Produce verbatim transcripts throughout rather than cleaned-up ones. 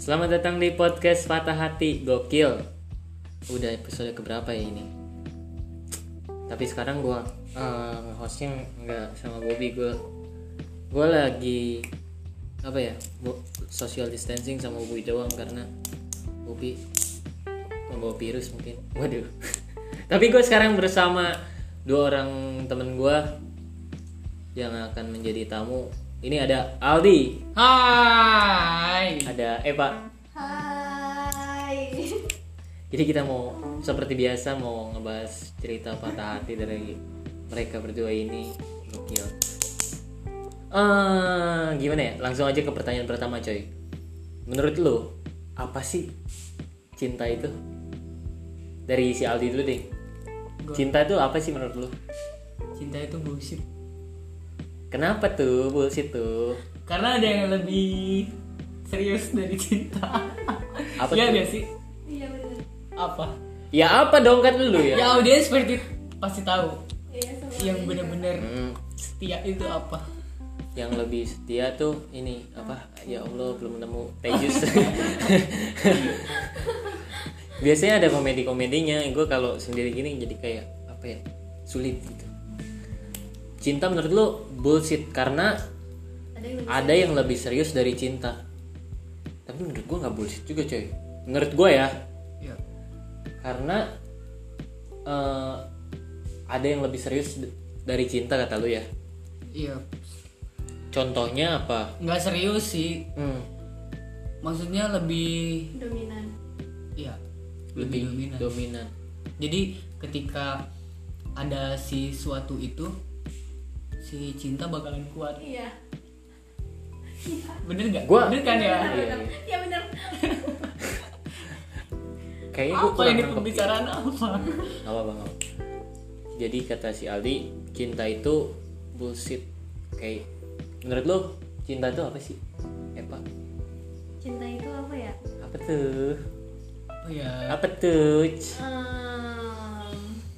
Selamat datang di podcast Patah Hati Gokil. Udah episode keberapa ya ini? Tapi sekarang gue uh, hostnya nggak sama Bobby. Gue gue lagi apa ya? Social distancing sama Bobby doang karena Bobby membawa virus mungkin. Waduh. Tapi gue sekarang bersama dua orang temen gue yang akan menjadi tamu. Ini ada Aldi. Hai. Ada Eva. Hai. Jadi kita mau seperti biasa mau ngebahas cerita patah hati dari mereka berdua ini. Gokil. Ah, gimana ya? Langsung aja ke pertanyaan pertama, coy. Menurut lu, apa sih cinta itu? Dari si Aldi dulu deh. Gua. Cinta itu apa sih menurut lu? Cinta itu bullshit. Kenapa tuh bullshit tuh? Karena ada yang lebih serius dari cinta. Apa tuh? Iya gak sih? Iya benar. Apa? Ya apa dong kan dulu ya? Ya audiens seperti pasti tahu. Iya semua. Yang benar-benar Hmm, setia itu apa? yang lebih setia tuh ini apa? Ya Allah belum nemu Tejus. Biasanya ada komedi-komedinya. Gue kalau sendiri gini jadi kayak apa ya? Sulit gitu. Cinta menurut lu bullshit karena Ada yang lebih ada yang lebih serius dari cinta. Tapi menurut gue nggak bullshit juga coy. Menurut gue ya, Iya. karena uh, ada yang lebih serius d- dari cinta kata lu ya. Iya. Contohnya apa? Nggak serius sih. Hmm, Maksudnya lebih, dominan. ya, lebih lebih dominan. dominan. Jadi ketika ada si suatu itu, si cinta bakalan kuat. Iya. Bener nggak? Gua- Bener kan ya? Iya, iya. Iya benar. Kayaknya gue Apa ini pembicaraan apa? Gak apa-apa, gak apa. Jadi kata si Aldi, cinta itu bullshit. Kayak menurut lo cinta itu apa sih? Eva, Cinta itu apa ya? apa tuh? Oh ya. Apa tuh? Um,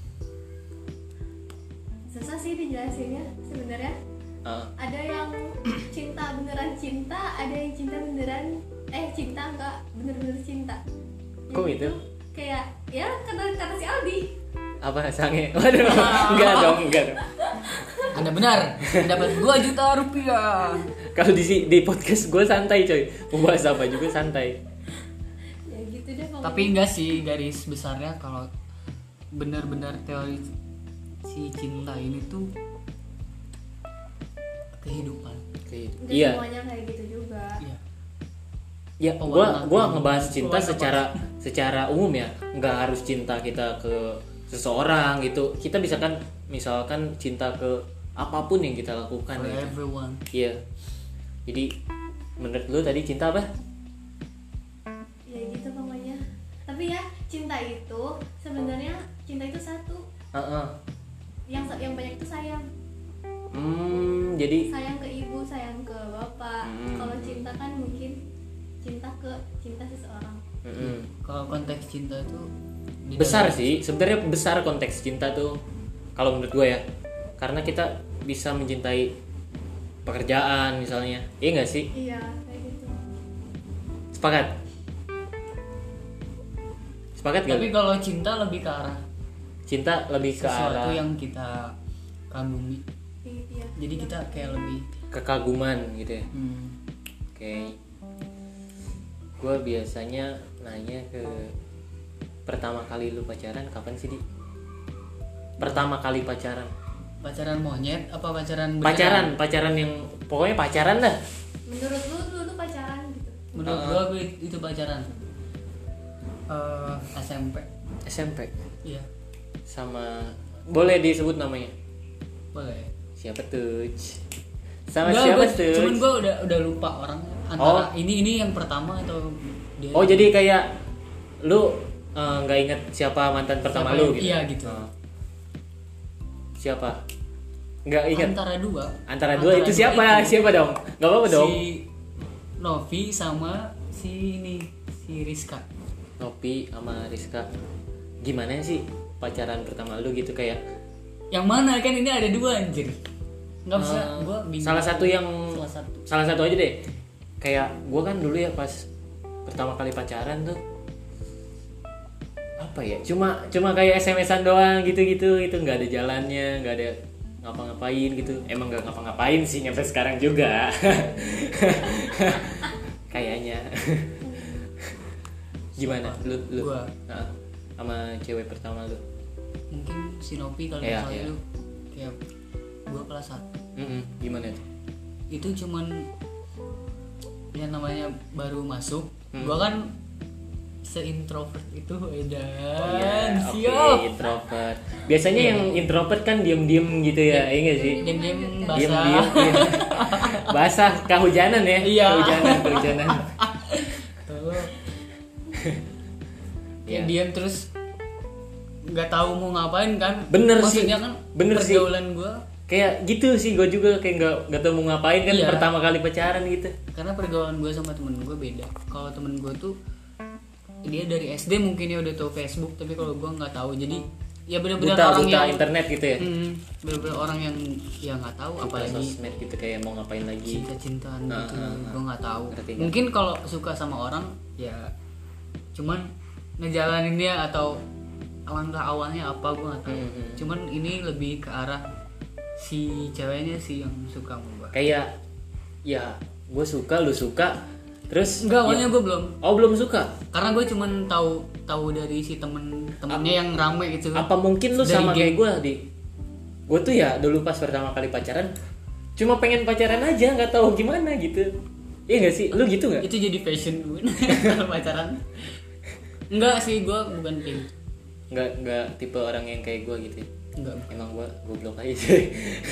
susah sih dijelasinnya sebenarnya. Ah, Ada yang cinta beneran cinta, ada yang cinta beneran eh cinta enggak bener-bener cinta. Kok gitu? Kayak ya kata kata si Aldi. apa sange? Waduh, enggak dong, enggak dong. Anda benar, dapat dua juta rupiah. Kalau di si- di podcast gue santai coy, mau bahas apa juga santai. Ya gitu deh pokoknya. Tapi enggak sih garis besarnya kalau benar-benar teori si cinta ini tuh kehidupan. Oke, Nggak iya, semuanya kayak gitu juga. Iya. ya Pewarna gue gue tubuh. ngebahas cinta Pewarna secara secara umum ya, nggak harus cinta kita ke seseorang gitu. Kita bisa kan misalkan cinta ke apapun yang kita lakukan. For Gitu. everyone. Iya. Jadi menurut lu tadi cinta apa? Ya gitu pokoknya. Tapi ya cinta itu sebenarnya cinta itu satu. Heeh. Yang yang banyak itu sayang. Hmm, jadi Sayang ke ibu, sayang ke bapak. Hmm. Kalau cinta kan mungkin cinta ke cinta seseorang. mm-mm. Kalau konteks cinta itu di besar dalam- sih. Sebenarnya besar konteks cinta tuh kalau menurut gue ya. Karena kita bisa mencintai pekerjaan misalnya. Iya nggak sih? Iya, kayak gitu. Sepakat? Sepakat gak? Tapi kalau cinta lebih ke arah Cinta lebih ke sesuatu arah yang kita kagumi. Iya. Jadi kita kayak lebih kekaguman gitu ya. hmm, Oke. Gue biasanya nanya ke pertama kali lu pacaran kapan sih, Di? Pertama kali pacaran. pacaran monyet apa pacaran beneran? Pacaran, pacaran yang pokoknya pacaran dah. Menurut lu lu tuh pacaran gitu. Menurut Uh-uh. gua gua itu pacaran. Eh S M P. S M P Iya, sama boleh disebut namanya. boleh. Siapa tuh? Sama Enggak, siapa gua- tuh? Cuman gua udah udah lupa orangnya. Antara ini ini yang pertama atau dia. Oh, jadi kayak lu eh, nggak inget siapa mantan pertama Siapa lu yang- gitu? iya, gitu. Oh. Siapa? Nggak inget. antara dua. Antara dua itu siapa? itu. Siapa dong? Gak apa-apa dong. Si Novi sama si ini si Rizka. Nopi sama Rizka. Gimana sih pacaran pertama lu gitu kayak? Yang mana kan ini ada dua anjir. Enggak bisa eh, gua bingung. salah satu yang salah satu. salah satu aja deh. Kayak gua kan dulu ya pas pertama kali pacaran tuh apa ya, cuma cuma kayak S M S-an doang gitu-gitu, itu nggak ada jalannya, nggak ada ngapa-ngapain gitu. Emang nggak ngapa-ngapain sih sampai sekarang juga kayaknya. Gimana lu lu Gua. Nah, sama cewek pertama lu? Mungkin si Nopi kalau Iya, misalnya iya. lu kayak gua kelas satu Mm-mm, gimana tuh? itu cuman yang namanya baru masuk. Hmm. Gua kan se-introvert itu edan. Iya, oke, Siap. introvert. Biasanya yang introvert kan diem-diem gitu ya, iya nggak sih? Diam-diam Diem-diem. basah. Iya. Basah, kehujanan ya? Iya. Kehujanan, kehujanan. Tolong. Iya. Ya diam terus nggak tahu mau ngapain kan. Bener sih. Maksudnya kan Bener sih. pergaulan gua Kayak gitu sih, gue juga kayak nggak nggak tahu mau ngapain kan Iya. pertama kali pacaran gitu. karena pergaulan gue sama temen gue beda. Kalau temen gue tuh dia dari S D mungkin dia udah tahu Facebook, tapi kalau gue nggak tahu. Jadi ya benar-benar Buta orang buta yang internet gitu ya. hmm, benar-benar orang yang ya nggak tahu Buta apalagi sosmed gitu, kayak mau ngapain lagi. cinta-cintaan Ah, gitu. ah, ah. Gue nggak tahu. Ngerti, ngerti. Mungkin kalau suka sama orang ya cuman ngejalaninnya atau langkah awalnya apa gue nggak tahu. Hmm, hmm. Cuman ini lebih ke arah si ceweknya sih yang suka sama gue. Kayak ya gue suka, lu suka, terus Enggak, awalnya ya- gue belum. Oh belum suka. Karena gue cuman tahu tahu dari si temen temennya yang rame gitu. Apa mungkin lu Dari sama game. kayak gue di? Gue tuh ya dulu pas pertama kali pacaran, cuma pengen pacaran aja, nggak tahu gimana gitu. Iya nggak sih? Lu gitu nggak? Itu jadi passion gue kalau pacaran. Enggak sih, gue bukan kayak gitu. Nggak nggak tipe orang yang kayak gue gitu. Enggak. Emang gue goblok aja sih.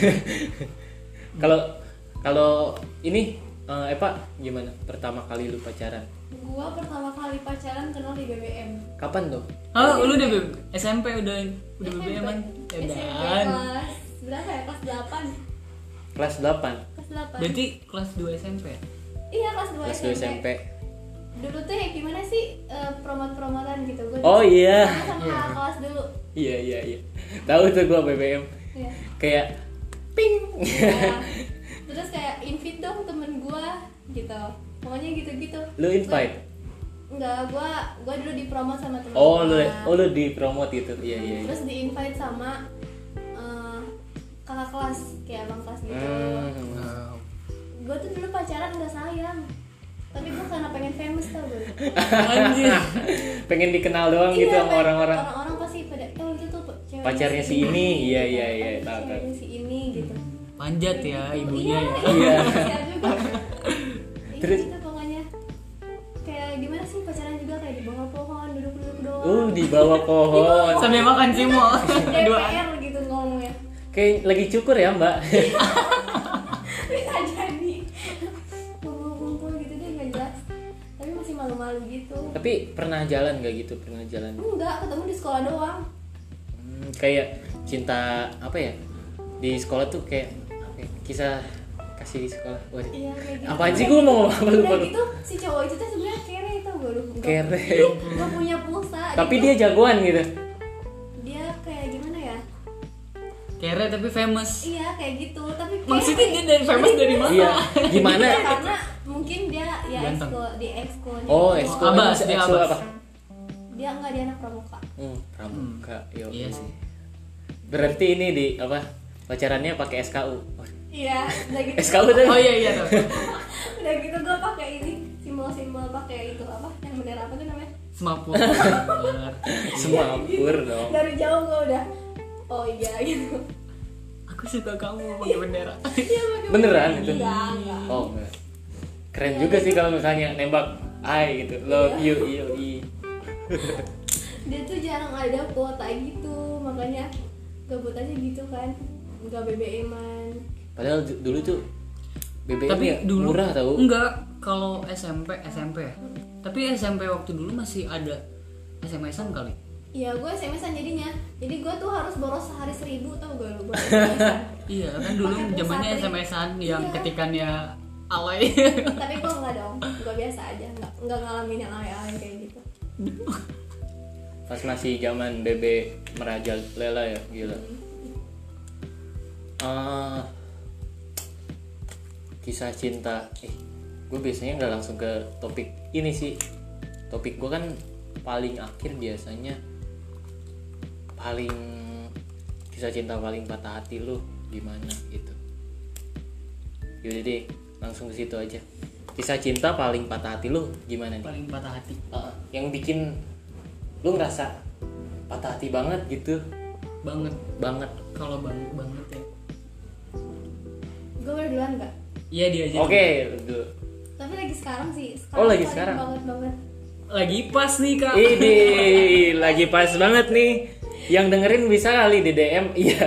Kalau kalau ini eh, Epa gimana? Pertama kali lu pacaran? Gua pertama kali pacaran kenal di B B M. Kapan tuh? Oh, lu udah B- S M P udah udah B B M-an. S M P Edan. kelas berapa ya? Kelas delapan. Kelas delapan. Kelas delapan. Berarti kelas dua S M P. Iya, kelas dua Kelas dua S M P. Dulu tuh ya gimana sih eh, promot-promotan gitu. Gua Oh iya. sama Iya. kakak kelas dulu. Iya iya iya. Tahu tuh gue B B M. Iya. Kayak ping. Ya. Terus kayak invite dong temen gua gitu. Pokoknya gitu-gitu. Lu invite? Gua- Enggak, gua gua dulu dipromot sama temen Oh lu gua. oh lu di promote gitu. Iya iya. iya. Terus di invite sama eh, kakak kelas kayak abang kelas gitu. Hmm. Wow. Gue tuh dulu pacaran nggak sayang, tapi gue karena pengen famous tau gue. Anjir. Pengen dikenal doang gitu sama pengen- orang-orang. Orang-orang pasti pada tahu itu tuh ceweknya Pacarnya si ini. Iya iya iya. Oh, Tahu tahu. ceweknya si ini gitu. Panjat ya ibunya Iya, ya. Iya. kasihan juga. Terus? Iya gitu pokoknya. Kayak gimana sih pacaran juga kayak di bawah pohon duduk-duduk doang. Uh di bawah pohon. Sambil makan cimol. Dua. D P R gitu ngomongnya. Kayak lagi cukur ya Mbak. Bisa jadi. Kumpul-kumpul gitu deh nggak jelas. Tapi masih malu-malu gitu. Tapi pernah jalan gak gitu? Pernah jalan? Enggak, ketemu di sekolah doang. Hmm, kayak cinta apa ya? Di sekolah tuh kayak apa ya? Kisah kasih di sekolah. Waduh. Iya kayak gitu. Apaan sih gue mau ngomong apa lupa Udah lupa. gitu si cowok itu tuh sebenarnya kere tau gue lu. Nggak- Kere. Nggak punya pulsa. Tapi gitu. dia jagoan gitu. dia kayak gimana ya? Kere tapi famous. Iya kayak gitu. Tapi kere. Maksudnya dia dari famous dari mana? Iya. Gimana? Iya, karena mungkin dia ya Ganteng. ekskul di ekskul. Oh, ekskul. Abas, Emang dia ekskul abas. apa? Dia enggak dia anak pramuka. Hmm, pramuka. Yo. Iya sih. Berarti ini di apa? Pacarannya pakai S K U. Oh, Iya, udah gitu. S K U tuh. Oh iya iya tuh. Udah gitu gue pakai ini simbol-simbol pakai itu apa? Yang bendera apa tuh namanya? Semaput. Benar. Semampur dong. Dari jauh gue udah oh iya gitu. Aku suka kamu pakai bendera. Iya, pakai Beneran bendera. itu? Enggak, enggak. Oh enggak. Keren Iya, juga dia sih tuh- kalau misalnya nembak I gitu. Love Iya. you, you, you. Dia tuh jarang ada kuota gitu, makanya gabut aja gitu kan. Enggak B B M-an. Padahal du- dulu tuh B B M Tapi ya dulu murah tau. Enggak, kalau S M P S M P ya. Tapi S M P waktu dulu masih ada S M S-an kali. Iya, gue S M S-an jadinya. Jadi gue tuh harus boros sehari seribu tau gak lu buat S M S-an. Iya, kan dulu Pakai pulsa zamannya tri. S M S-an yang Iya. ketikannya alay. Tapi gue enggak dong, gue biasa aja, enggak enggak ngalamin yang alay-alay kayak gitu. Pas masih zaman B B merajalela ya, gila. Ah, kisah cinta. Eh, gue biasanya nggak langsung ke topik ini sih. topik gue kan paling akhir biasanya paling kisah cinta paling patah hati lu gimana gitu. Yaudah deh, langsung ke situ aja. Kisah cinta paling patah hati lu gimana nih? Paling patah hati. Uh, yang bikin lu ngerasa patah hati banget gitu. Banget. Banget. Kalau banget banget ya. Gue boleh duluan nggak? Iya dia aja. Oke, okay, dulu. Tapi lagi sekarang sih. Sekarang Oh, lagi paling sekarang? Banget banget. Lagi pas nih kak. Ini lagi pas banget nih. Yang dengerin bisa kali di D M. Iya.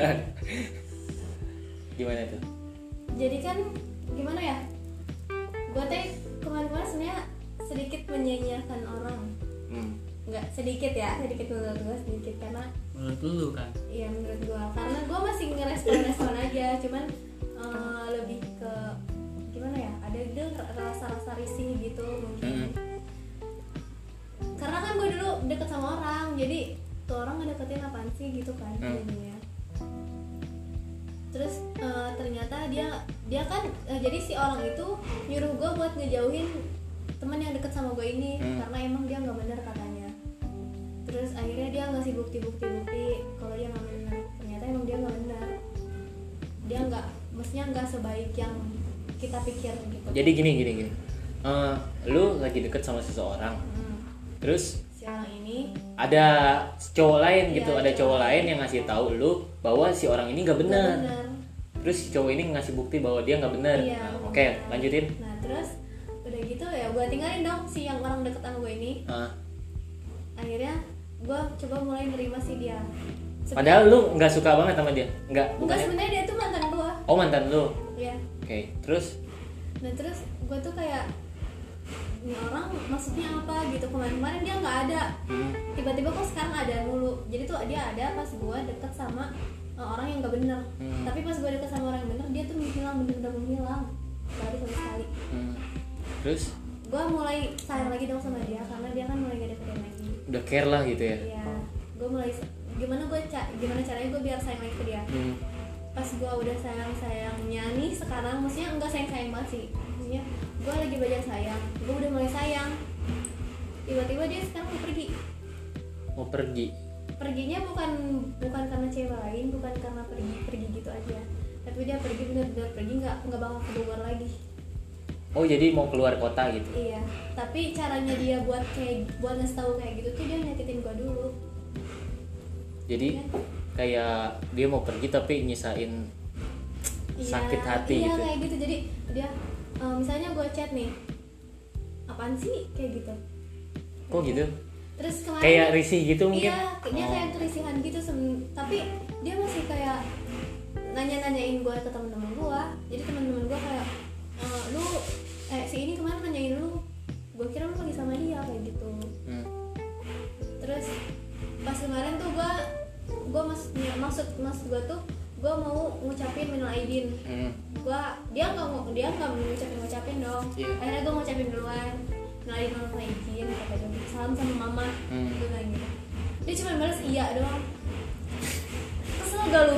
Gimana tuh? Jadi kan gimana ya? Gue teh kemarin-kemarin sebenarnya sedikit menyanyiakan orang. Hmm. Nggak sedikit ya, sedikit menurut gue sedikit karena Menurut lu kan. iya menurut gue karena gue masih ngerespon-respon aja, cuman uh, lebih ke gimana ya? Ada gitu rasa-rasa risih gitu mungkin. Hmm. Karena kan gue dulu deket sama orang, jadi tuh orang ngedeketin apaan sih gitu kan Hmm. jadinya. Terus uh, ternyata dia dia kan uh, jadi si orang itu nyuruh gue buat ngejauhin teman yang deket sama gue ini Hmm. karena emang dia nggak bener katanya. Terus akhirnya dia ngasih bukti-bukti-bukti kalau dia nggak bener. Ternyata emang dia nggak bener. Dia nggak, maksudnya nggak sebaik yang kita pikir gitu. Jadi gini gini gini. Uh, lu lagi deket sama seseorang. Hmm. Terus Si orang ini ada cowok lain gitu, Iya, ada cowok cowok lain lain. yang ngasih tahu lu bahwa si orang ini nggak nggak benar. bener. Terus si cowok ini ngasih bukti bahwa dia nggak benar. Iya, Nah, nggak Oke, bener. lanjutin. Nah terus udah gitu ya gue tinggalin dong si yang orang deket sama gue ini. Ah, Akhirnya gue coba mulai nerima si dia. Sebenarnya- padahal lu nggak suka banget sama dia, nggak? enggak, Bukannya? sebenarnya dia tuh mantan gue. Oh mantan lu. Ya. Oke, terus Nah terus gue tuh kayak ini orang maksudnya apa gitu, kemarin-kemarin dia nggak ada, hmm, tiba-tiba kok sekarang ada mulu. Jadi tuh dia ada pas gue deket sama uh, orang yang nggak bener. Hmm. Tapi pas gue deket sama orang yang bener dia tuh menghilang, bener-bener menghilang, gak ada sama sekali. hmm. Terus Gue mulai sayang lagi dong sama dia karena dia kan mulai gak deketin lagi. udah care lah gitu ya. Iya, gue mulai gimana gue ca- gimana caranya gue biar sayang lagi ke dia. Hmm. Pas gue udah sayang sayangnya nih sekarang, maksudnya enggak sayang sayang banget sih, maksudnya gue lagi belajar sayang, gue udah mulai sayang, tiba-tiba dia sekarang mau pergi. Mau pergi. Perginya bukan bukan karena cewek lain, bukan karena pergi pergi gitu aja, tapi dia pergi bener-bener pergi, nggak nggak bakal ke Bogor lagi. Oh jadi mau keluar kota gitu. Iya, tapi caranya dia buat kayak buat ngasih tahu kayak gitu tuh dia nyakitin gue dulu. Jadi Iya. kayak dia mau pergi tapi nyisain Iya, sakit hati iya, gitu. kayak gitu. Jadi dia uh, misalnya gue chat nih, apaan sih kayak gitu. Kok gitu? Terus kemarin Kayak risih gitu mungkin. Iya, dia Oh. kayak kerisihan gitu sem- tapi dia masih kayak nanya-nanyain gue ke teman-teman gue. Jadi teman-teman gue kayak e, lu eh si ini kemarin nanyain lu, gue kira lu lagi sama dia kayak gitu. Hmm. Terus pas kemarin tuh gue gue maksudnya maksud maksud gue tuh gue mau ngucapin minal aidin. Hmm. Gua dia nggak mau dia nggak mau ngucapin ngucapin dong. Iya. Akhirnya gue ngucapin duluan. Minal aidin minal aidin kata dia. Salam sama mama. Hmm. Gue bilang gitu. Dia cuma balas iya doang. Kesel gak lu?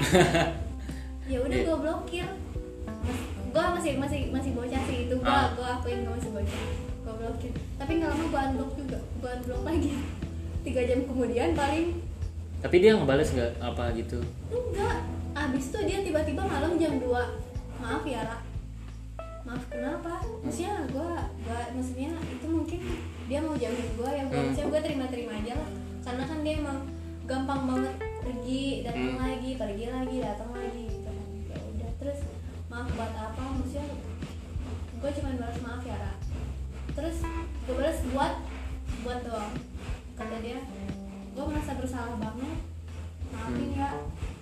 Ya udah Iya. gue blokir. Gue masih masih masih bocah sih itu. Gue Ah. gue akuin gue masih bocah. Gue blokir. Tapi nggak lama gue unblock juga. Gue unblock lagi. Tiga jam kemudian paling. Tapi dia ngebales nggak apa gitu? Enggak, abis itu dia tiba-tiba malam jam dua. Maaf ya Ra, maaf kenapa? Maksudnya gue, gue maksudnya itu mungkin dia mau jauhin gue ya, gue Hmm. maksudnya gue terima-terima aja lah. Karena kan dia emang gampang banget pergi, datang Hmm. lagi, pergi lagi, datang lagi gitu kan. Ya udah, terus maaf buat apa? Maksudnya gue cuma balas maaf ya Ra. Terus gue balas buat buat doang. Kata dia, gue merasa bersalah banget, maafin Hmm. ya.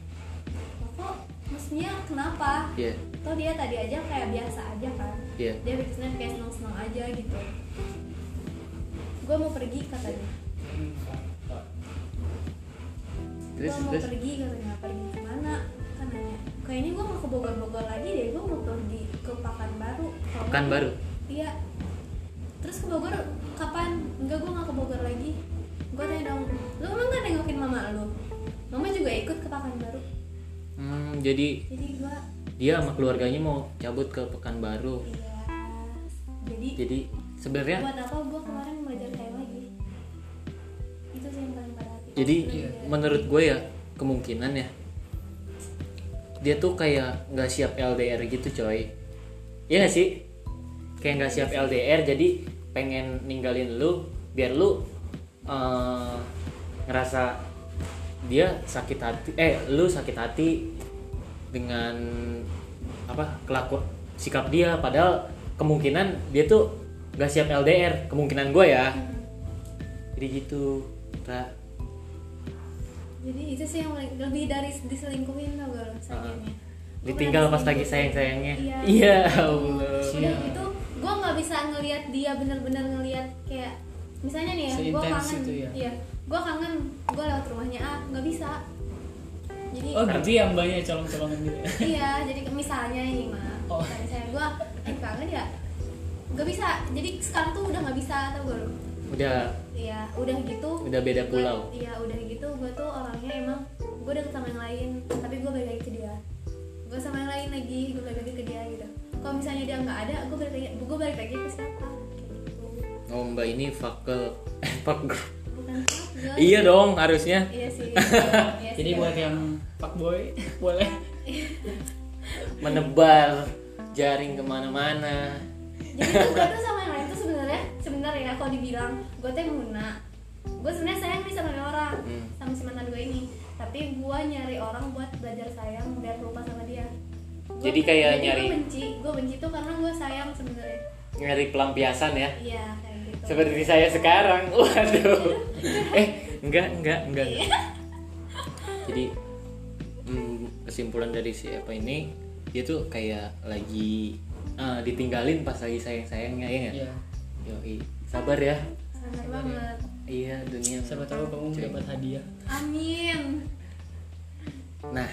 Kok maksudnya kenapa? Iya. Toh dia tadi aja kayak biasa aja kan. Iya. Dia bikin snap kayak seneng-seneng aja gitu. Gue mau pergi katanya. Terus Gue mau terus. pergi katanya. Pergi kemana? Kan nanya. Kayaknya gue mau ke Bogor-Bogor lagi deh. Gue mau pergi ke Pekanbaru. Kalau nggak- Pekanbaru? Iya. Terus ke Bogor kapan? Enggak, gue nggak ke Bogor lagi. Gue tanya dong, lu emang nggak nengokin mama lu? Mama juga ikut ke Pekanbaru. Hmm, jadi Jadi gue, dia sama keluarganya mau cabut ke Pekanbaru. iya. Jadi Jadi sebenarnya buat apa gue kemarin belajar Thailand Jadi Iya. menurut gue ya kemungkinan ya dia tuh kayak nggak siap L D R gitu coy. Iya gak sih? Kayak nggak siap L D R jadi pengen ninggalin lu biar lu uh, ngerasa dia sakit hati eh lu sakit hati dengan apa kelakuan sikap dia, padahal kemungkinan dia tuh nggak siap L D R, kemungkinan gue ya. Jadi gitu Ra. Jadi itu sih yang lebih dari diselingkuhin tau gak lo sakitnya. Gua Ditinggal pernah pas lagi diselingkuhin. sayang-sayangnya. Iya. Iya, Gitu. Allah. Udah Siap. gitu gue nggak bisa ngelihat dia bener-bener ngelihat kayak misalnya nih ya gue Seintens kangen itu ya? iya gue kangen gue lewat rumahnya ah nggak bisa jadi Oh gitu ya mbaknya colong-colongan gitu ya? iya jadi misalnya ini mah Oh. misalnya gue eh kangen ya nggak bisa jadi sekarang tuh udah nggak bisa tau gak lo Udah iya udah gitu Udah beda gua- pulau. iya udah gitu gue tuh orangnya emang gue udah sama yang lain tapi gue balik lagi ke dia gue sama yang lain lagi gue balik lagi ke dia gitu kalau misalnya dia nggak ada gue balik lagi gue balik lagi ke siapa kayak gitu oh mbak ini fuck girl. Eh, fuck girl. bukan fuck girl. Iya dong harusnya. iya sih iya Jadi sih. buat yang fuckboy boleh. Menebar jaring kemana-mana. jadi tuh gue tuh sama yang lain tuh sebenarnya sebenarnya ya kalau dibilang gue tuh muna gue sebenarnya sayang nih sama ini orang Hmm. sama si mantan gue ini tapi gue nyari orang buat belajar sayang biar lupa sama dia Gua- Jadi kayak jadi nyari- gue benci gue benci tuh karena gue sayang sebenarnya Nyari pelampiasan ya. iya kayak gitu Seperti saya sekarang. Waduh. Eh, enggak, enggak, enggak. Jadi hmm, kesimpulan dari si apa ini dia tuh kayak lagi eh, ditinggalin pas lagi sayang-sayangnya ya nggak? Iya. Yoi, sabar ya. sangat banget Iya dunia. Siapa tahu kamu Cuy. dapat hadiah. amin Nah,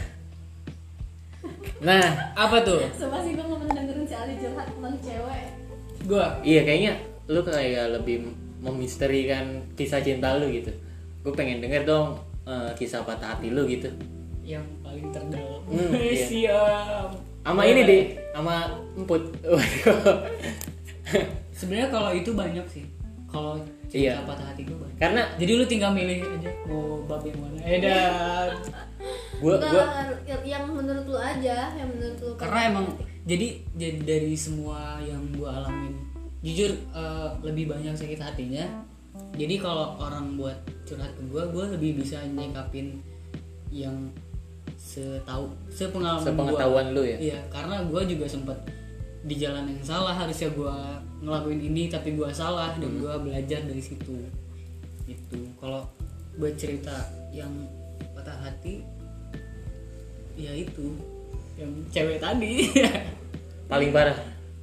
nah, Apa tuh? sumpah sih gue gak pernah dengerin si Ali curhat tentang cewek Gua. iya kayaknya lu kayak lebih memisterikan kisah cinta lu gitu. Gue pengen denger dong eh, kisah patah hati lu gitu. Yang paling terdalam. Hmm, iya. Siap. Sama ini deh, sama emput. Waduh. Sebenarnya kalau itu banyak sih. Kalau Iya. cerita patah hati gue banyak. Karena Jadi lu tinggal milih aja mau bab yang mana. Edan. gue Enggak, gue yang menurut lu aja yang menurut lu Karena emang jadi jadi dari semua yang gue alamin, jujur eh, lebih banyak sakit hatinya. Jadi kalau orang buat curhat ke gue, gue lebih bisa nyikapin yang setahu sepengalaman sepengetahuan gua. lu ya. Iya, karena gue juga sempat di jalan yang salah, harusnya gue ngelakuin ini tapi gue salah dan gue belajar dari situ. Itu kalau buat cerita yang patah hati, ya itu yang cewek tadi. Paling parah.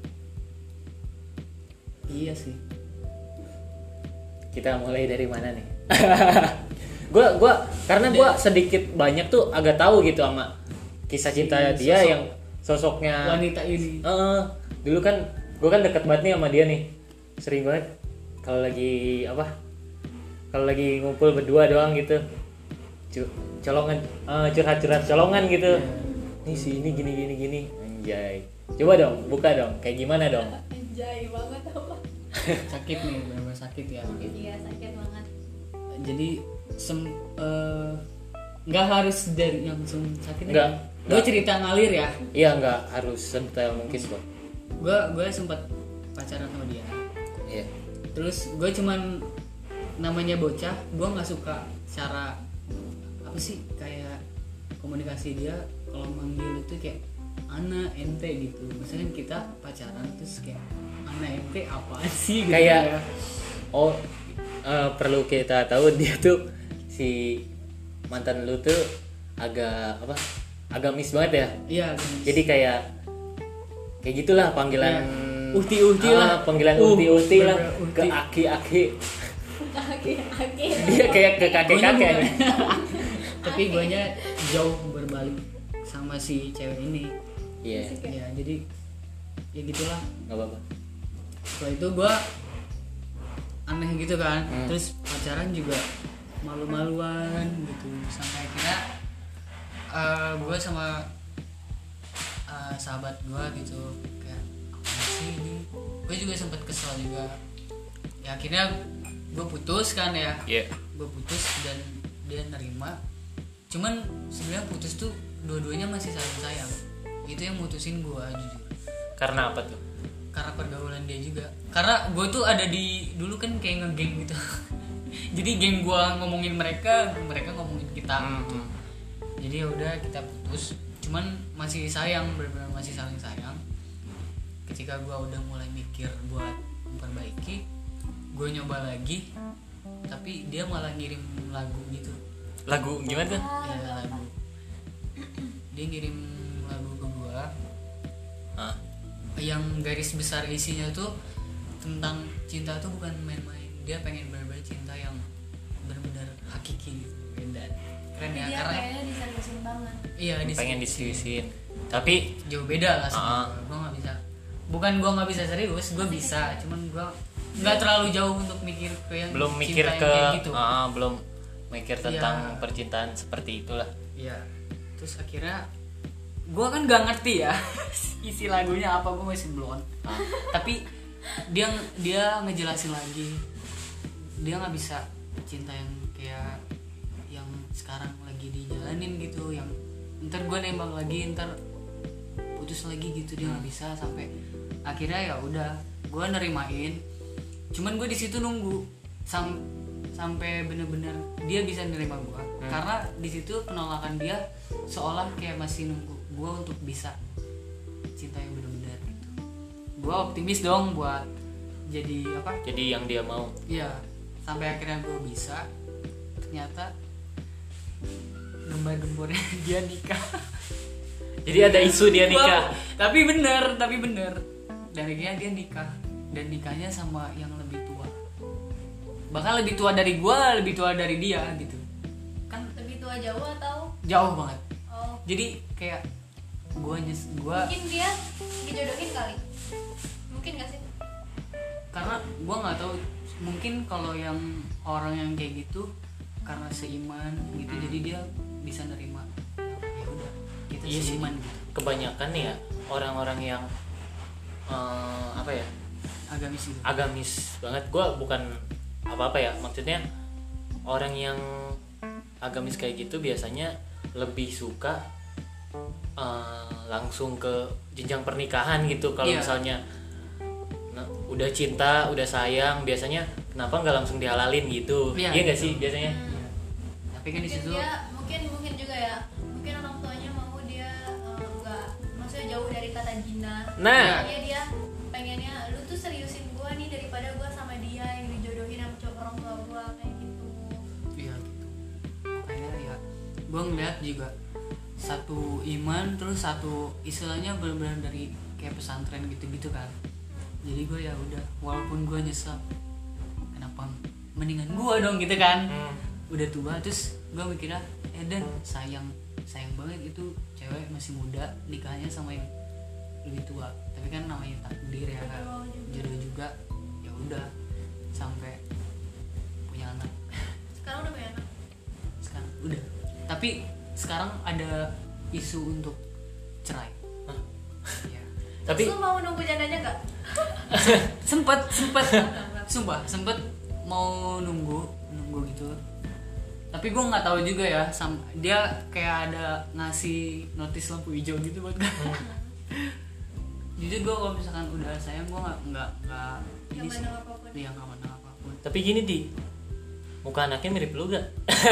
Iya sih. Kita mulai dari mana nih? gue gua karena gue sedikit banyak tuh agak tahu gitu sama kisah cinta Si dia sosok yang sosoknya Wanita ini. Eh, dulu kan gue kan deket banget nih sama dia nih, sering banget kalau lagi apa kalau lagi ngumpul berdua doang gitu Cu- colongan eh, curhat-curhat colongan gitu. Nih si ini gini gini gini anjay, coba dong buka dong kayak gimana dong. anjay banget apa Sakit nih, benar-benar sakit ya. iya sakit banget Jadi sem eh, nggak harus dari yang langsung sakit. Nggak, Gue nggak. cerita ngalir ya. Iya nggak harus sedetail mungkin kok. Gue gue sempat pacaran sama dia. Iya. Terus gue cuman namanya bocah, gue nggak suka cara apa sih kayak komunikasi dia kalau manggil itu kayak ana ente gitu. Misalnya kita pacaran terus kayak ana ente apaan sih gitu Kayak- ya. Oh, eh, perlu kita tahu dia tuh si mantan lu tuh agak apa? Agamis banget ya. Iya. Jadi kayak kayak gitulah panggilan Ya, uhti-uhti Ah, lah. panggilan Uh, uhti-uhti lah bener-bener ke uhti. aki-aki. kaki kaki Dia kayak ke kakek-kakek. Guanya Tapi guanya jauh berbalik sama si cewek ini. Iya, Ya jadi ya gitulah. enggak apa-apa. Setelah itu gue aneh gitu kan. Hmm. Terus pacaran juga malu-maluan gitu. Sampai akhirnya uh, gue sama uh, sahabat gue gitu kayak apa sih ini. Gue juga sempat kesel juga. Ya akhirnya gue putus kan ya. Iya. Gue putus dan dia nerima. Cuman sebenarnya putus tuh dua-duanya masih saling sayang. Itu yang mutusin gue jujur. Karena apa tuh? Karena pergaulan dia juga. Karena gue tuh ada di dulu kan kayak ngegeng gitu. Jadi geng gue ngomongin mereka, mereka ngomongin kita. Hmm. Gitu. Jadi ya udah kita putus. Cuman masih sayang, benar-benar masih saling sayang. Ketika gue udah mulai mikir buat memperbaiki, gue nyoba lagi, tapi dia malah ngirim lagu gitu. Lagu gimana tuh? Ya lagu. Dia ngirim lagu ke gue. Hah? Yang garis besar isinya tuh tentang cinta tuh bukan main-main. Dia pengen benar-benar cinta yang benar-benar hakiki gitu. Dan keren ya, dia karena kayaknya diseriusin banget. iya dis- Pengen diseriusin. Tapi jauh beda lah sama Ah. gue. Gue nggak bisa. Bukan gue nggak bisa serius, gue bisa. Cuman gue nggak terlalu jauh untuk mikir ke yang belum mikir cinta yang ke kayak gitu. ah, belum mikir tentang Iya. percintaan seperti itulah. Iya. Terus akhirnya gue kan gak ngerti ya isi lagunya apa, gue masih belum. Ah. Tapi dia dia ngejelasin lagi, dia nggak bisa cinta yang kayak yang sekarang lagi dijalanin gitu, yang ntar gue nembak lagi ntar putus lagi gitu, dia nggak bisa. Sampai akhirnya ya udah gue nerimain. Cuman gue di situ nunggu sam sampai bener-bener dia bisa nerima gue. Hmm. Karena di situ penolakan dia seolah kayak masih nunggu gue untuk bisa cinta yang bener-bener gitu. Gue optimis dong buat jadi apa? Jadi yang dia mau. Iya. Sampai akhirnya gue bisa. Ternyata gembar-gembornya dia nikah. Jadi ada isu dia nikah. Wow. Tapi bener, tapi bener. Dan akhirnya dia nikah. Dan nikahnya sama yang lebih tua. Bahkan lebih tua dari gue, lebih tua dari dia gitu. Kan Lebih tua jauh atau jauh banget. oh Jadi kayak gue nyes gue mungkin dia dijodohin kali. Mungkin gak sih? karena gue nggak tahu, mungkin kalau yang orang yang kayak gitu karena seiman gitu, Hmm. jadi dia bisa nerima. Ya udah, kita Iya sih. seiman gitu. Kebanyakan nih ya orang-orang yang eh, apa ya? Agamis gitu. Agamis banget. Gua bukan apa-apa ya, maksudnya orang yang agamis kayak gitu biasanya lebih suka uh, langsung ke jenjang pernikahan gitu. Kalau Iya. misalnya nah, udah cinta, udah sayang, biasanya kenapa nggak langsung dihalalin gitu? Iya, Iya nggak gitu. sih biasanya? Iya. Tapi kan di Mungkin situ dia mungkin mungkin juga ya. Mungkin orang tuanya mau dia eh, enggak, maksudnya jauh dari kata jina. Nah. Makanya dia pengennya lu tuh seriusin gua nih daripada gua sama dia yang dijodohin sama cowok orang tua gua kayak gitu. iya gitu. Makanya ya gue ngeliat juga satu iman, terus satu istilahnya benar-benar dari kayak pesantren gitu-gitu kan. Jadi gue ya udah, walaupun gue nyesel, kenapa mendingan gue dong gitu kan. Hmm. Udah tua, terus gue mikirnya eh dan sayang sayang banget itu cewek masih muda nikahnya sama yang lebih tua. Tapi kan namanya takdir ya kan, Jodoh juga. jodoh juga. Ya udah sampai punya anak. Sekarang udah punya anak. Sekarang udah, tapi sekarang ada isu untuk cerai. Hah? Ya. Tapi Terus lu mau nunggu jandanya gak? sempet sempet sumpah sempet mau nunggu nunggu gitu. Tapi gue nggak tahu juga ya, sam- dia kayak ada ngasih notis lampu hijau gitu buat gue. Jujur gue kalau misalkan udah sayang, gue nggak nggak nggak Gak ini sih. mandang apapun. Iya, nggak mandang apapun. tapi gini di muka anaknya mirip lu gak?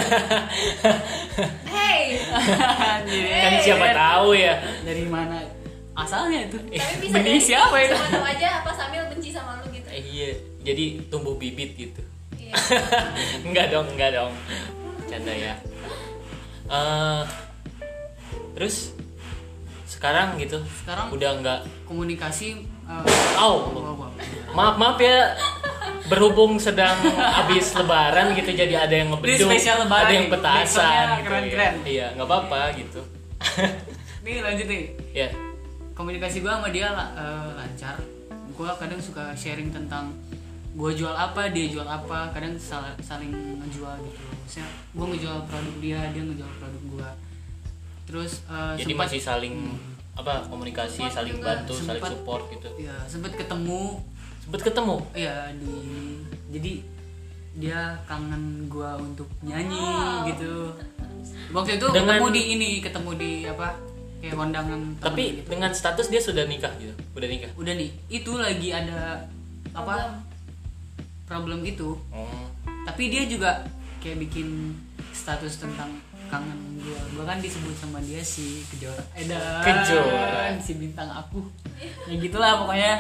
Hey, Kan siapa tahu ya. Dari mana asalnya itu? tapi bisa Benih jadi siapa itu? sama tahu aja apa Samil benci sama lu gitu. Eh, iya, jadi tumbuh bibit gitu. Iya. Enggak dong, enggak dong. Canda ya. Eh, terus sekarang gitu. Sekarang Udah enggak. komunikasi. Uh, Au. Maaf maaf ya. Berhubung sedang habis lebaran gitu, jadi ada yang Ini ngebeduk, spesial lebaran ada yang nih. petasan Backsoundnya gitu. keren-keren. Ya. Iya, nggak apa-apa gitu. Nih lanjut nih. Ya. Komunikasi gue sama dia uh, lancar. Gue kadang suka sharing tentang gue jual apa, dia jual apa. Kadang sal- saling ngejual gitu. Maksudnya gue ngejual produk dia, dia ngejual produk gue. Terus uh, Jadi sempat- masih saling Hmm. apa komunikasi, Support saling juga. bantu, saling Sempat- support gitu. ya sempet ketemu. Sempet ketemu. Ya di jadi dia kangen gue untuk nyanyi gitu. Waktu itu Dengan- ketemu di ini, ketemu di apa? Kayak kondangan. temen Tapi gitu. dengan status dia sudah nikah gitu. Udah nikah. Udah nih, itu lagi ada apa? Problem itu. Oh. Tapi dia juga kayak bikin status tentang kangen gue. Gue kan disebut sama dia si Kejora. Edan. Kejora. Si bintang aku. Ya gitulah pokoknya.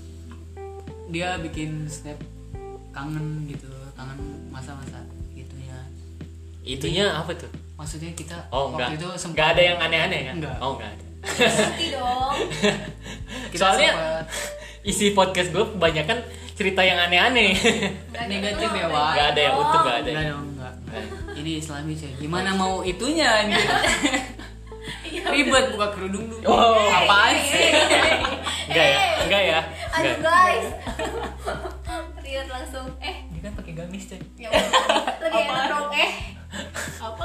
Dia bikin snap kangen gitu, kangen masa-masa gitunya. Itunya apa tuh? Maksudnya kita Oh enggak. waktu itu sempat Enggak ada yang aneh-aneh kan? Enggak. Oh enggak ada. Pasti dong. kita Soalnya sempat isi podcast gue kebanyakan cerita yang aneh-aneh. negatif ya, Wak. Wak. Enggak ada yang utuh, enggak ada. enggak dong, enggak. Ini Islami sih. Gimana mau itunya anjir? Ribet buka kerudung dulu. Oh, apaan sih? Enggak ya? Enggak ya? Aduh Enggak. guys. Lihat langsung eh Dia kan pakai gamis, coy. ya Allah. Lebih enak dong eh. Apa?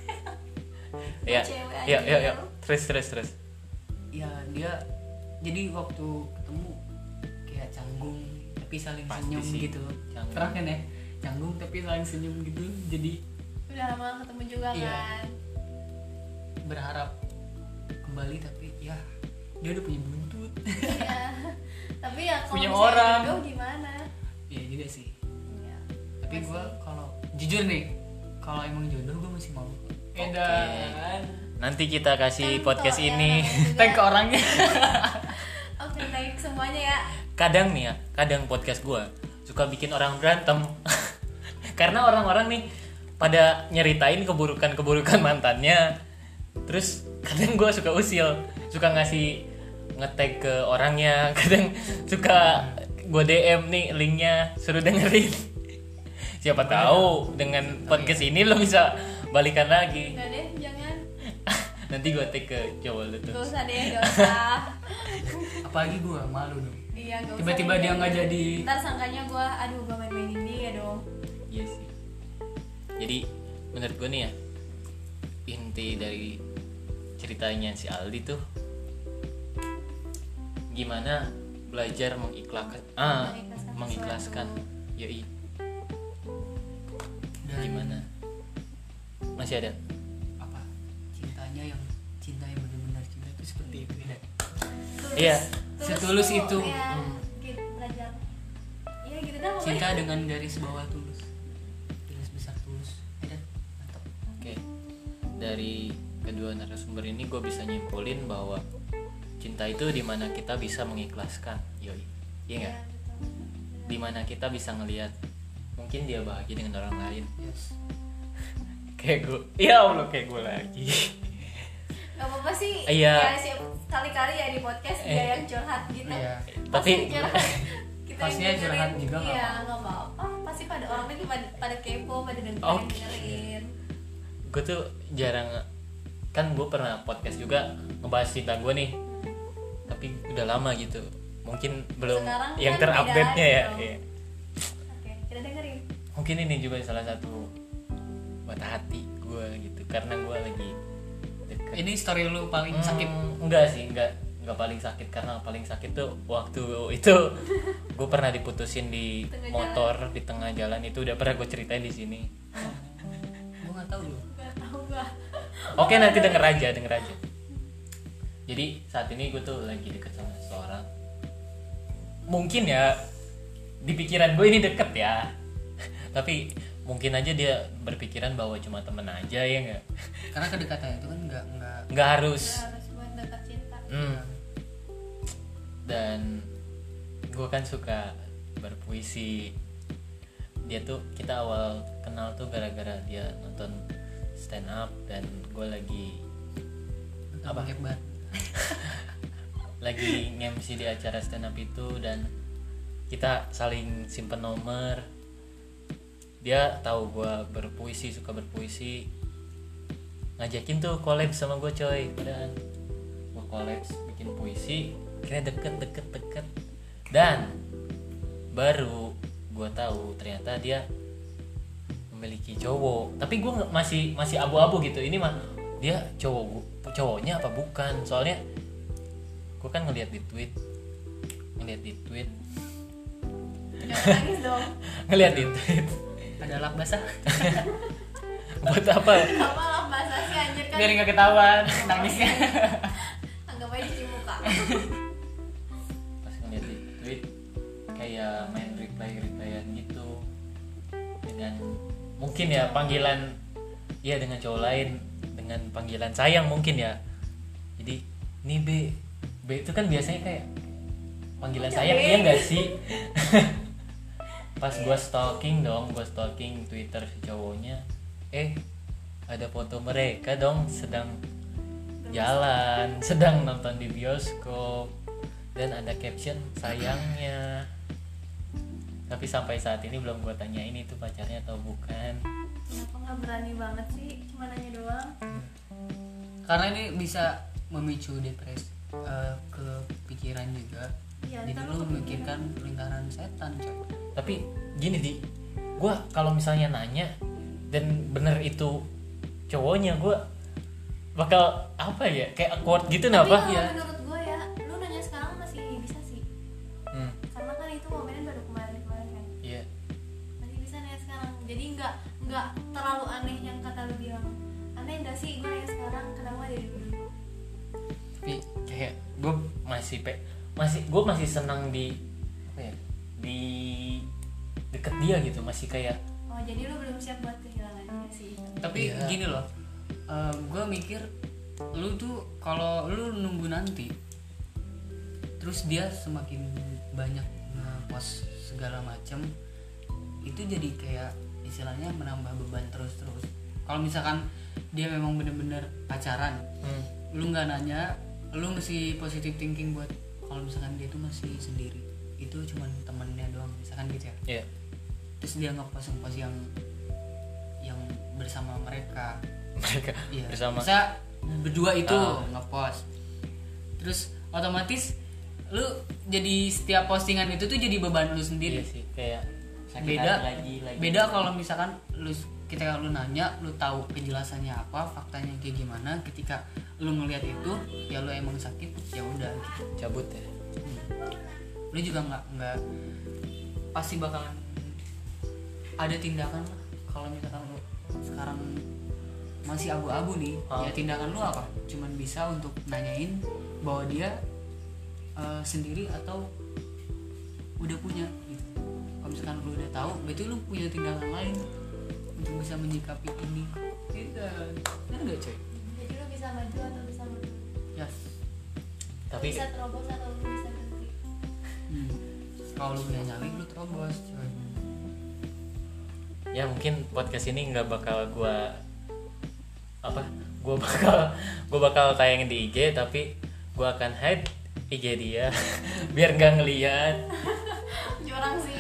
Ya. Cewek aja. Ya, ya, ya. Terus, terus, terus. Ya dia jadi waktu ketemu kayak canggung tapi saling Pasti senyum sih, gitu. canggung. Pernah kan ya? Canggung tapi saling senyum gitu. Jadi Udah lama ketemu juga Iya. kan. berharap kembali tapi ya dia udah punya buntut. Iya. Tapi ya kalau Punya misalnya orang. jodoh gimana? Iya juga sih. Iya. Tapi Masih. gue kalau jujur nih, kalau emang jodoh gue masih mau. Edan. Nanti kita kasih Thank podcast you, ya, ini. namanya juga. Thank ke orangnya. Oke, thank semuanya ya. Kadang nih ya, kadang podcast gue suka bikin orang berantem. Karena orang-orang nih pada nyeritain keburukan-keburukan mantannya. Terus kadang gue suka usil, suka ngasih nge-tag ke orangnya, kadang suka gue D M nih linknya, suruh dengerin. Siapa tahu dengan podcast ini lo bisa balikan lagi. Enggak deh, jangan. Nanti gue tag ke cowok lu tuh. Gak usah deh, gak usah. Apalagi gue malu dong. Iya, gak usah. Tiba-tiba deh, dia jangan. nggak jadi. Ntar sangkanya gue, aduh gue main-mainin dia dong. Iya sih. Jadi menurut gue nih ya, inti dari ceritanya si Aldi tuh gimana belajar mengikhlaskan ah Mengikhlaskan mengikhlaskan sesuatu. yoi Dan gimana masih ada apa? Cintanya yang cinta yang benar-benar cinta itu seperti itu ya. Tulus, Iya, tulus setulus tuh, itu. Ya, Hmm. gitu, belajar. Iya gitu dah pokoknya. Cinta dengan garis bawah tulus. Garis besar tulus. Edan. Mantap. oke dari kedua narasumber ini gue bisa nyimpulin bahwa cinta itu dimana kita bisa mengikhlaskan yoi iya nggak Iya, betul. dimana kita bisa ngelihat mungkin dia bahagia dengan orang lain Yes. kayak gue ya Allah kayak gue lagi Gak apa-apa sih. Iya. Ya, siap kali-kali ya di podcast dia Eh. yang curhat gitu. Iya. Pasti Tapi- yang curhat. Kita yang Pastinya dengerin. curhat juga nggak Iya, apa-apa. nggak apa-apa. Pasti pada orang lagi pada, pada kepo, pada dengerin, Oke. dengerin. gue tuh jarang kan gue pernah podcast juga ngebahas cinta gue nih tapi udah lama gitu mungkin belum Sekarang yang kan terupdate nya beda ya gitu. iya. Oke, kita dengerin. Mungkin ini juga salah satu patah hati gue gitu karena gue lagi deket. Ini story lu paling Hmm, sakit. enggak sih enggak enggak paling sakit karena paling sakit tuh waktu itu gue pernah diputusin di Tengah motor di tengah jalan itu udah pernah gue ceritain di sini. Gue nggak tahu lu. Gak tahu gak. Oke nanti denger aja denger aja. Jadi saat ini gue tuh lagi deket sama seseorang. Mungkin ya di pikiran gue ini deket ya. Tapi mungkin aja dia berpikiran bahwa cuma temen aja ya nggak. Karena kedekatan itu kan nggak nggak Nggak harus. Harus buat dekat cinta. Hmm. Dan gue kan suka berpuisi. Dia tuh kita awal kenal tuh gara-gara dia nonton stand up dan gue lagi apa Apa? hebat. lagi nge-M C di acara stand up itu dan kita saling simpen nomor. Dia tahu gue berpuisi, suka berpuisi, ngajakin tuh collab sama gue coy. Dan gue collab bikin puisi, kira deket deket deket dan baru gue tahu ternyata dia memiliki cowok. Tapi gue masih masih abu-abu gitu. Ini mah dia cowok cowoknya apa bukan? Soalnya gue kan ngeliat di tweet, ngeliat di tweet, Jangan nangis dong. ngeliat di tweet Ada lap basah. Buat apa? Apa lah bahasa sih anjir kan. Biar nggak ketahuan nangisnya. Anggap aja cuci muka. Pas ngeliat di tweet kayak main reply-replyan gitu dengan mungkin ya panggilan ya dengan cowok lain dengan panggilan sayang mungkin ya. Jadi ini B B itu kan biasanya kayak panggilan Udah, sayang B. iya nggak sih? Pas gua stalking dong, gua stalking Twitter si cowoknya, eh ada foto mereka dong sedang jalan, sedang nonton di bioskop, dan ada caption sayangnya. Tapi sampai saat ini belum gue tanyain itu pacarnya atau bukan. Kenapa nggak berani banget sih cuma nanya doang? Karena ini bisa memicu depresi, uh, ke pikiran juga. Iya, Jadi ntar lu lu memikirkan lingkaran setan coy. Tapi gini di, gue kalau misalnya nanya dan bener itu cowoknya, gue bakal apa ya kayak awkward gitu Tapi napa kalau ya. menurut gue ya, lu nanya sekarang masih bisa sih. Hmm, Karena kan itu momennya baru kemarin-kemarin kan. iya. Masih bisa nanya sekarang. Jadi nggak nggak terlalu aneh yang kata lu bilang. Aneh nggak sih gue nanya sekarang? Kenapa dari dulu? Tapi kayak gue masih pe masih gue masih senang di apa ya di deket dia gitu, masih kayak Oh jadi lu belum siap buat kehilangan dia sih. Tapi Iya. gini loh, uh, gue mikir lu tuh kalau lu nunggu nanti, terus dia semakin banyak nge-post segala macam, itu jadi kayak istilahnya menambah beban terus-terus. Kalau misalkan dia memang bener-bener pacaran, hmm, lu nggak nanya, lu mesti positive thinking buat kalau misalkan dia tuh masih sendiri, itu cuman temennya doang, misalkan gitu ya. iya. Terus dia nge-post nge-post yang yang bersama mereka, Mereka iya. bersama. Bisa berdua itu Ah. nge-post. Terus otomatis lu jadi setiap postingan itu tuh jadi beban lu sendiri. Iya sih, kayak sakit Beda hati lagi lagi. beda kalau misalkan lu ketika lu nanya, lu tahu penjelasannya apa, faktanya kayak gimana, ketika lu ngelihat itu ya lu emang sakit, ya udah gitu. Cabut ya. Hmm. Lu juga nggak nggak pasti bakalan ada tindakan lah. Kalau misalkan lu sekarang masih abu-abu nih, Ah. ya tindakan lu apa? Cuman bisa untuk nanyain bahwa dia uh, sendiri atau udah punya gitu. Kalau misalkan lu udah tahu, berarti lu punya tindakan lain untuk bisa menyikapi ini. Tidak, benar nggak coy? Jadi lu bisa maju atau bisa mundur. Yes. Tapi Bisa terobos atau lu bisa berhenti. Hmm. Kalau lu udah nyali, lu terobos coy. ya mungkin podcast ini nggak bakal gua apa gua bakal gua bakal tayangin di I G, tapi gua akan hide I G dia biar nggak ngeliat. Curang sih.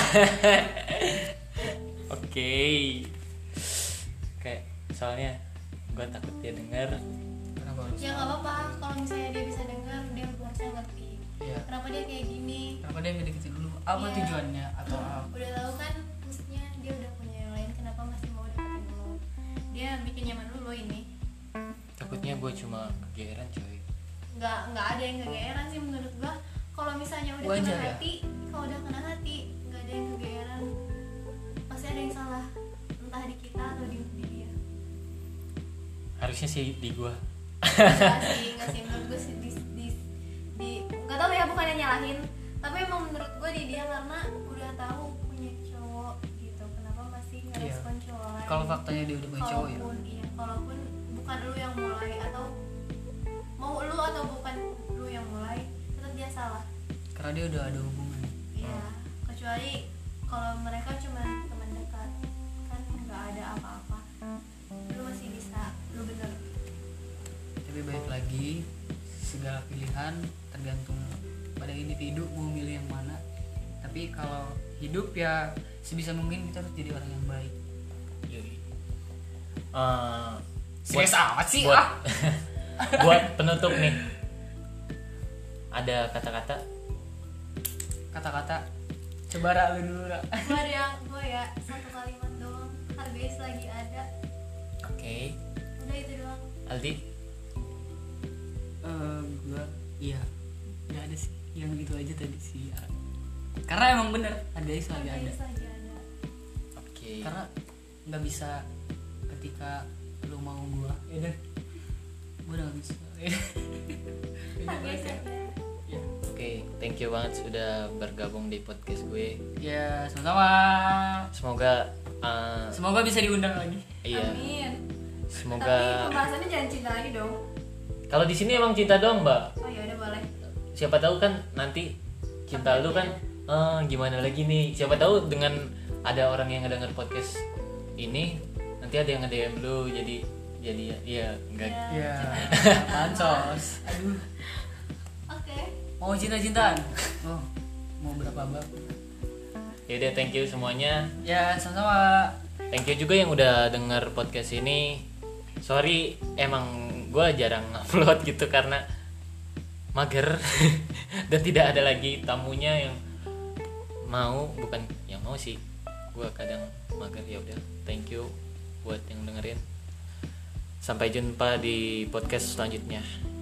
Oke, kayak soalnya gua takut dia dengar. Kenapa harus? Ya nggak apa-apa. Kalau misalnya dia bisa dengar, dia harusnya ngerti. Iya. Kenapa dia kayak gini? Kenapa dia ngedeketin lu? Apa Iya. tujuannya atau apa? Udah tahu kan, maksudnya dia udah punya yang lain. Kenapa masih mau deketin lu? Dia bikin nyaman lu ini. Takutnya gua cuma kegeeran coy. Nggak nggak ada yang kegeeran sih menurut gua. Kalau misalnya udah Wajar kena ya? hati, kalau udah kena hati, nggak ada yang kegeeran. Pasti ada yang salah, entah di kita atau di, di dia. Harusnya sih di gua. Enggak sih, enggak sih menurut gue sih di, di, di nggak tahu ya, bukannya nyalahin, tapi emang menurut gue di dia karena udah tahu punya cowok gitu. Kenapa masih ngerespon cowok lain? Kalau faktanya dia udah punya cowok ya. Kalaupun iya, kalaupun bukan lu yang mulai atau mau lu atau bukan lu yang mulai, tetap dia salah. Karena dia udah ada hubungan. Iya, kecuali kalau mereka cuma teman dekat, kan nggak ada apa-apa. Lu masih bisa, lu bener. Tapi baik lagi, segala pilihan tergantung pada individu mau milih yang mana. Tapi kalau hidup ya sebisa mungkin kita harus jadi orang yang baik. Jadi eh, Serius amat sih buat, ah. buat penutup nih, ada kata-kata. Kata-kata coba Ra, lu dulu Ra. Gue ada yang gue ya satu kalimat doang, hargai selagi ada. Oke, Udah itu doang. Aldi. Eh, gua iya nggak ada sih, yang itu aja tadi sih. Karena emang bener hargai selagi Hargai ada. selagi ada. Oke, Oke. Karena nggak bisa ketika lu mau gua ya dan gua udah nggak bisa. Beda banget ya. Ya. Oke, thank you banget sudah bergabung di podcast gue. Ya, sama-sama. Semoga uh, Semoga bisa diundang lagi. iya. Amin. Tapi Semoga pembahasannya jangan cinta lagi dong. kalau di sini emang cinta dong, Mbak. Oh ya udah boleh. Siapa tahu kan nanti cinta lu kan eh, gimana lagi nih? Siapa tahu dengan ada orang yang ngedenger podcast ini nanti ada yang nge-D M lu jadi jadi ya iya enggak. Ya, pansos. Aduh, Oke. mau cinta-cintaan? Oh, mau berapa bab? Ya udah, thank you semuanya. Ya, sama-sama. Thank you juga yang udah denger podcast ini. Sorry emang gue jarang upload gitu karena mager dan tidak ada lagi tamunya yang mau, bukan yang mau sih, gue kadang mager. Ya udah, thank you buat yang dengerin. Sampai jumpa di podcast selanjutnya.